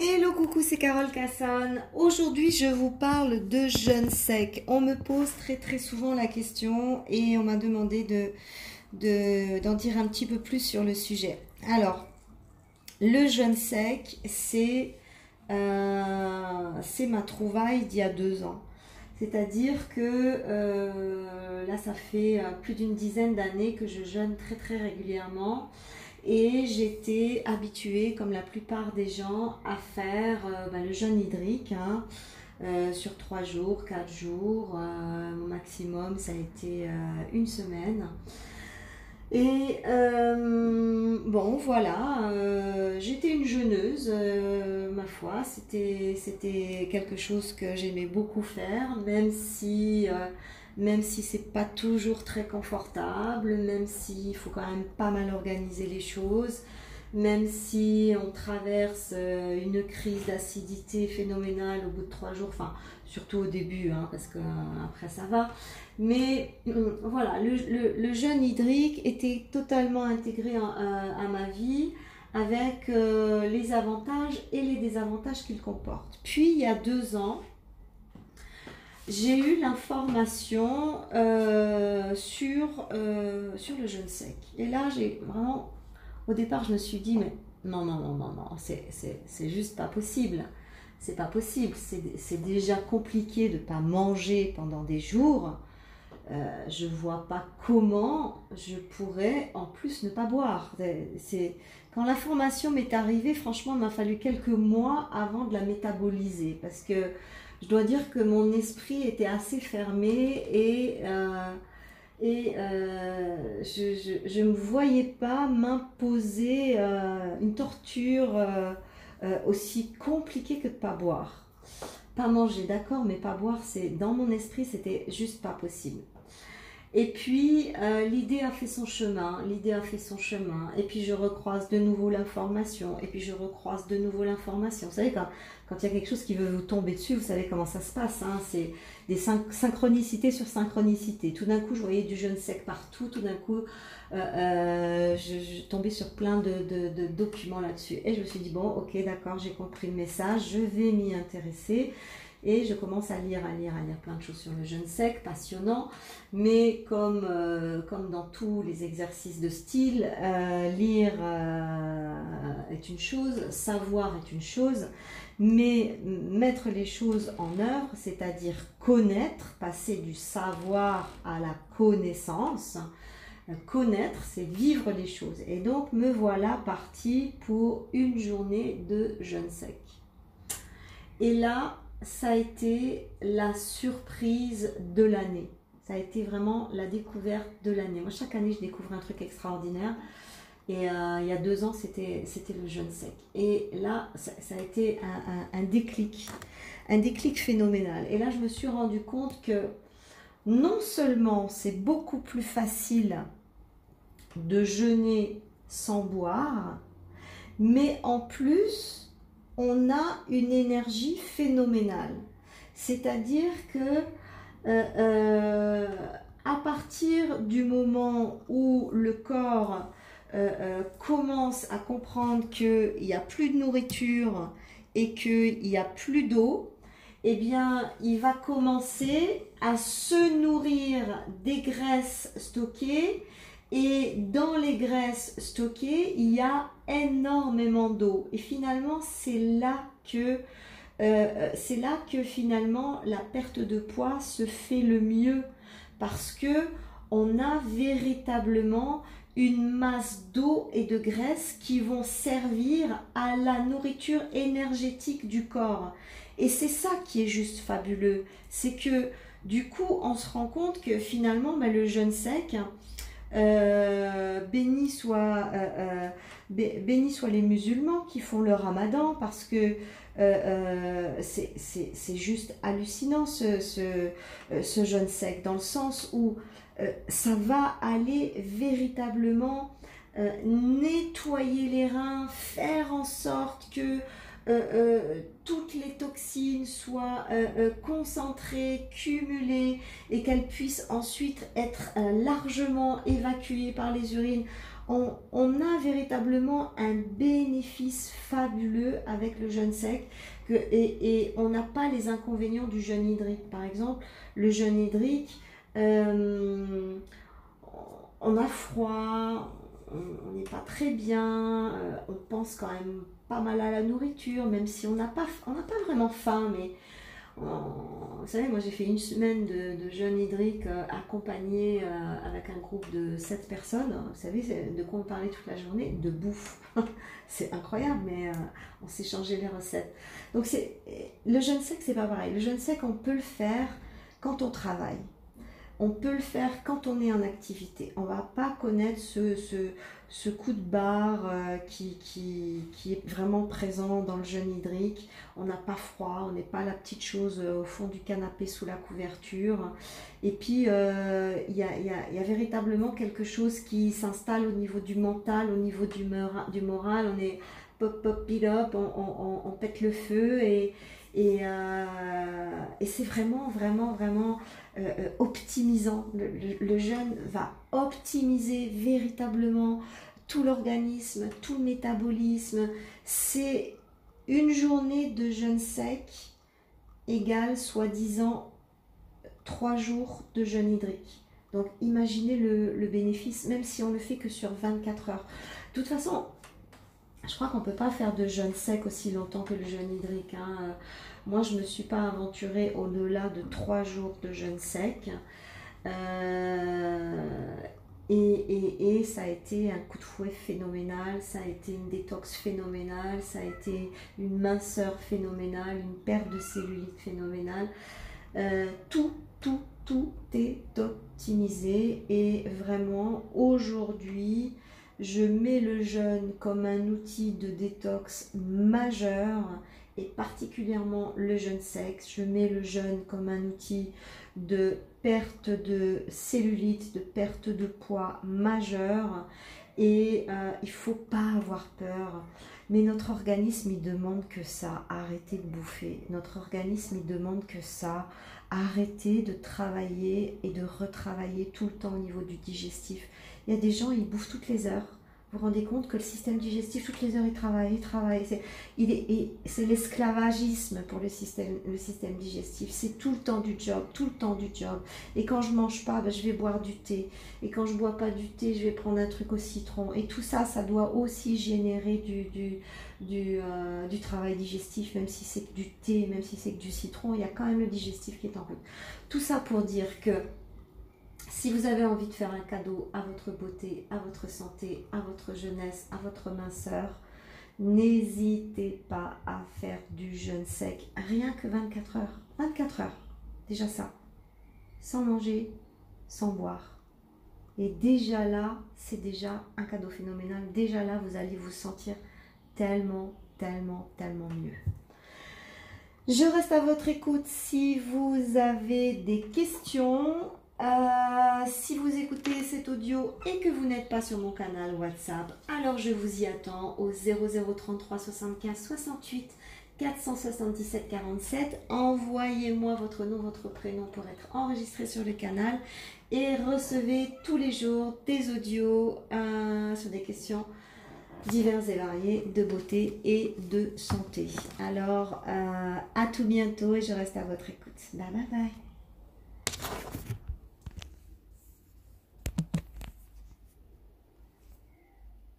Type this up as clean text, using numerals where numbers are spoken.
Hello, coucou, c'est Carole Cassonne. Aujourd'hui, je vous parle de jeûne sec. On me pose très souvent la question et on m'a demandé d'en dire un petit peu plus sur le sujet. Alors, le jeûne sec, c'est ma trouvaille d'il y a 2 ans. C'est-à-dire que là, ça fait plus d'une dizaine d'années que je jeûne très régulièrement. Et j'étais habituée, comme la plupart des gens, à faire le jeûne hydrique sur 3 jours, 4 jours. Mon maximum, ça a été une semaine. Et bon, voilà, j'étais une jeûneuse, ma foi. C'était quelque chose que j'aimais beaucoup faire, même si c'est pas toujours très confortable, même s'il faut quand même pas mal organiser les choses, même si on traverse une crise d'acidité phénoménale au bout de 3 jours, enfin surtout au début, parce que après ça va. Mais voilà, le jeûne hydrique était totalement intégré à ma vie avec les avantages et les désavantages qu'il comporte. Puis il y a 2 ans, j'ai eu l'information sur le jeûne sec. Et là, j'ai vraiment, au départ, je me suis dit, mais non, c'est juste pas possible. C'est pas possible. C'est déjà compliqué de ne pas manger pendant des jours. Je vois pas comment je pourrais en plus ne pas boire. Quand l'information m'est arrivée, franchement, il m'a fallu quelques mois avant de la métaboliser parce que je dois dire que mon esprit était assez fermé et je ne me voyais pas m'imposer une torture aussi compliquée que de ne pas boire. Pas manger, d'accord, mais pas boire, dans mon esprit, c'était juste pas possible. Et puis, l'idée a fait son chemin, et puis je recroise de nouveau l'information, et puis je recroise de nouveau l'information. Vous savez, quand il y a quelque chose qui veut vous tomber dessus, vous savez comment ça se passe, c'est des synchronicités sur synchronicité. Tout d'un coup, je voyais du jeûne sec partout, tout d'un coup, je tombais sur plein de documents là-dessus. Et je me suis dit, bon, ok, d'accord, j'ai compris le message, je vais m'y intéresser. Et je commence à lire plein de choses sur le jeûne sec, passionnant. Mais comme dans tous les exercices de style, lire est une chose, savoir est une chose, mais mettre les choses en œuvre, c'est-à-dire connaître, passer du savoir à la connaissance. Connaître, c'est vivre les choses. Et donc, me voilà partie pour une journée de jeûne sec. Et là, ça a été la surprise de l'année. Ça a été vraiment la découverte de l'année. Moi, chaque année, je découvre un truc extraordinaire. Et il y a 2 ans, c'était le jeûne sec. Et là, ça a été un déclic phénoménal. Et là, je me suis rendu compte que non seulement c'est beaucoup plus facile de jeûner sans boire, mais en plus, on a une énergie phénoménale. C'est-à-dire que à partir du moment où le corps commence à comprendre qu'il n'y a plus de nourriture et qu'il n'y a plus d'eau, eh bien, il va commencer à se nourrir des graisses stockées. Et dans les graisses stockées, il y a énormément d'eau. Et finalement, c'est là que finalement la perte de poids se fait le mieux. Parce que on a véritablement une masse d'eau et de graisse qui vont servir à la nourriture énergétique du corps. Et c'est ça qui est juste fabuleux. C'est que du coup, on se rend compte que finalement, le jeûne sec... bénis soient les musulmans qui font le ramadan parce que c'est juste hallucinant ce jeûne sec dans le sens où ça va aller véritablement nettoyer les reins, faire en sorte que toutes les toxines soient concentrées, cumulées et qu'elles puissent ensuite être largement évacuées par les urines. On a véritablement un bénéfice fabuleux avec le jeûne sec et on n'a pas les inconvénients du jeûne hydrique. Par exemple, le jeûne hydrique, on a froid, on n'est pas très bien, on pense quand même pas mal à la nourriture, même si on n'a pas vraiment faim, mais vous savez, moi j'ai fait une semaine de jeûne hydrique accompagnée avec un groupe de 7 personnes. Vous savez de quoi on parlait toute la journée? De bouffe. C'est incroyable, mais on s'est changé les recettes. Donc le jeûne sec, c'est pas pareil. Le jeûne sec, on peut le faire quand on travaille. On peut le faire quand on est en activité. On ne va pas connaître ce coup de barre qui est vraiment présent dans le jeûne hydrique. On n'a pas froid, on n'est pas la petite chose au fond du canapé sous la couverture. Et puis, il y a véritablement quelque chose qui s'installe au niveau du mental, au niveau du moral. On est pop, pop, pile up, on pète le feu et c'est vraiment optimisant. Le jeûne va optimiser véritablement tout l'organisme, tout le métabolisme. C'est une journée de jeûne sec égale soi-disant 3 jours de jeûne hydrique. Donc imaginez le bénéfice, même si on le fait que sur 24 heures. De toute façon, je crois qu'on ne peut pas faire de jeûne sec aussi longtemps que le jeûne hydrique. Moi, je ne me suis pas aventurée au-delà de 3 jours de jeûne sec. Et ça a été un coup de fouet phénoménal, ça a été une détox phénoménale, ça a été une minceur phénoménale, une perte de cellulite phénoménale. Tout est optimisé et vraiment aujourd'hui, je mets le jeûne comme un outil de détox majeur et particulièrement le jeûne sec. Je mets le jeûne comme un outil de perte de cellulite, de perte de poids majeur et il ne faut pas avoir peur. Mais notre organisme, il demande que ça, arrêtez de bouffer. Notre organisme, il demande que ça, arrêtez de travailler et de retravailler tout le temps au niveau du digestif. Il y a des gens, ils bouffent toutes les heures. Vous vous rendez compte que le système digestif, toutes les heures, il travaille. C'est l'esclavagisme pour le système digestif. C'est tout le temps du job, tout le temps du job. Et quand je mange pas, je vais boire du thé. Et quand je bois pas du thé, je vais prendre un truc au citron. Et tout ça, ça doit aussi générer du travail digestif, même si c'est que du thé, même si c'est que du citron, il y a quand même le digestif qui est en route. Tout ça pour dire que si vous avez envie de faire un cadeau à votre beauté, à votre santé, à votre jeunesse, à votre minceur, n'hésitez pas à faire du jeûne sec, rien que 24 heures. 24 heures, déjà ça. Sans manger, sans boire. Et déjà là, c'est déjà un cadeau phénoménal. Déjà là, vous allez vous sentir tellement mieux. Je reste à votre écoute si vous avez des questions. Si vous écoutez cet audio et que vous n'êtes pas sur mon canal WhatsApp, alors je vous y attends au 0033 75 68 477 47. Envoyez-moi votre nom, votre prénom pour être enregistré sur le canal et recevez tous les jours des audios sur des questions diverses et variées de beauté et de santé. Alors, à tout bientôt et je reste à votre écoute. Bye bye bye.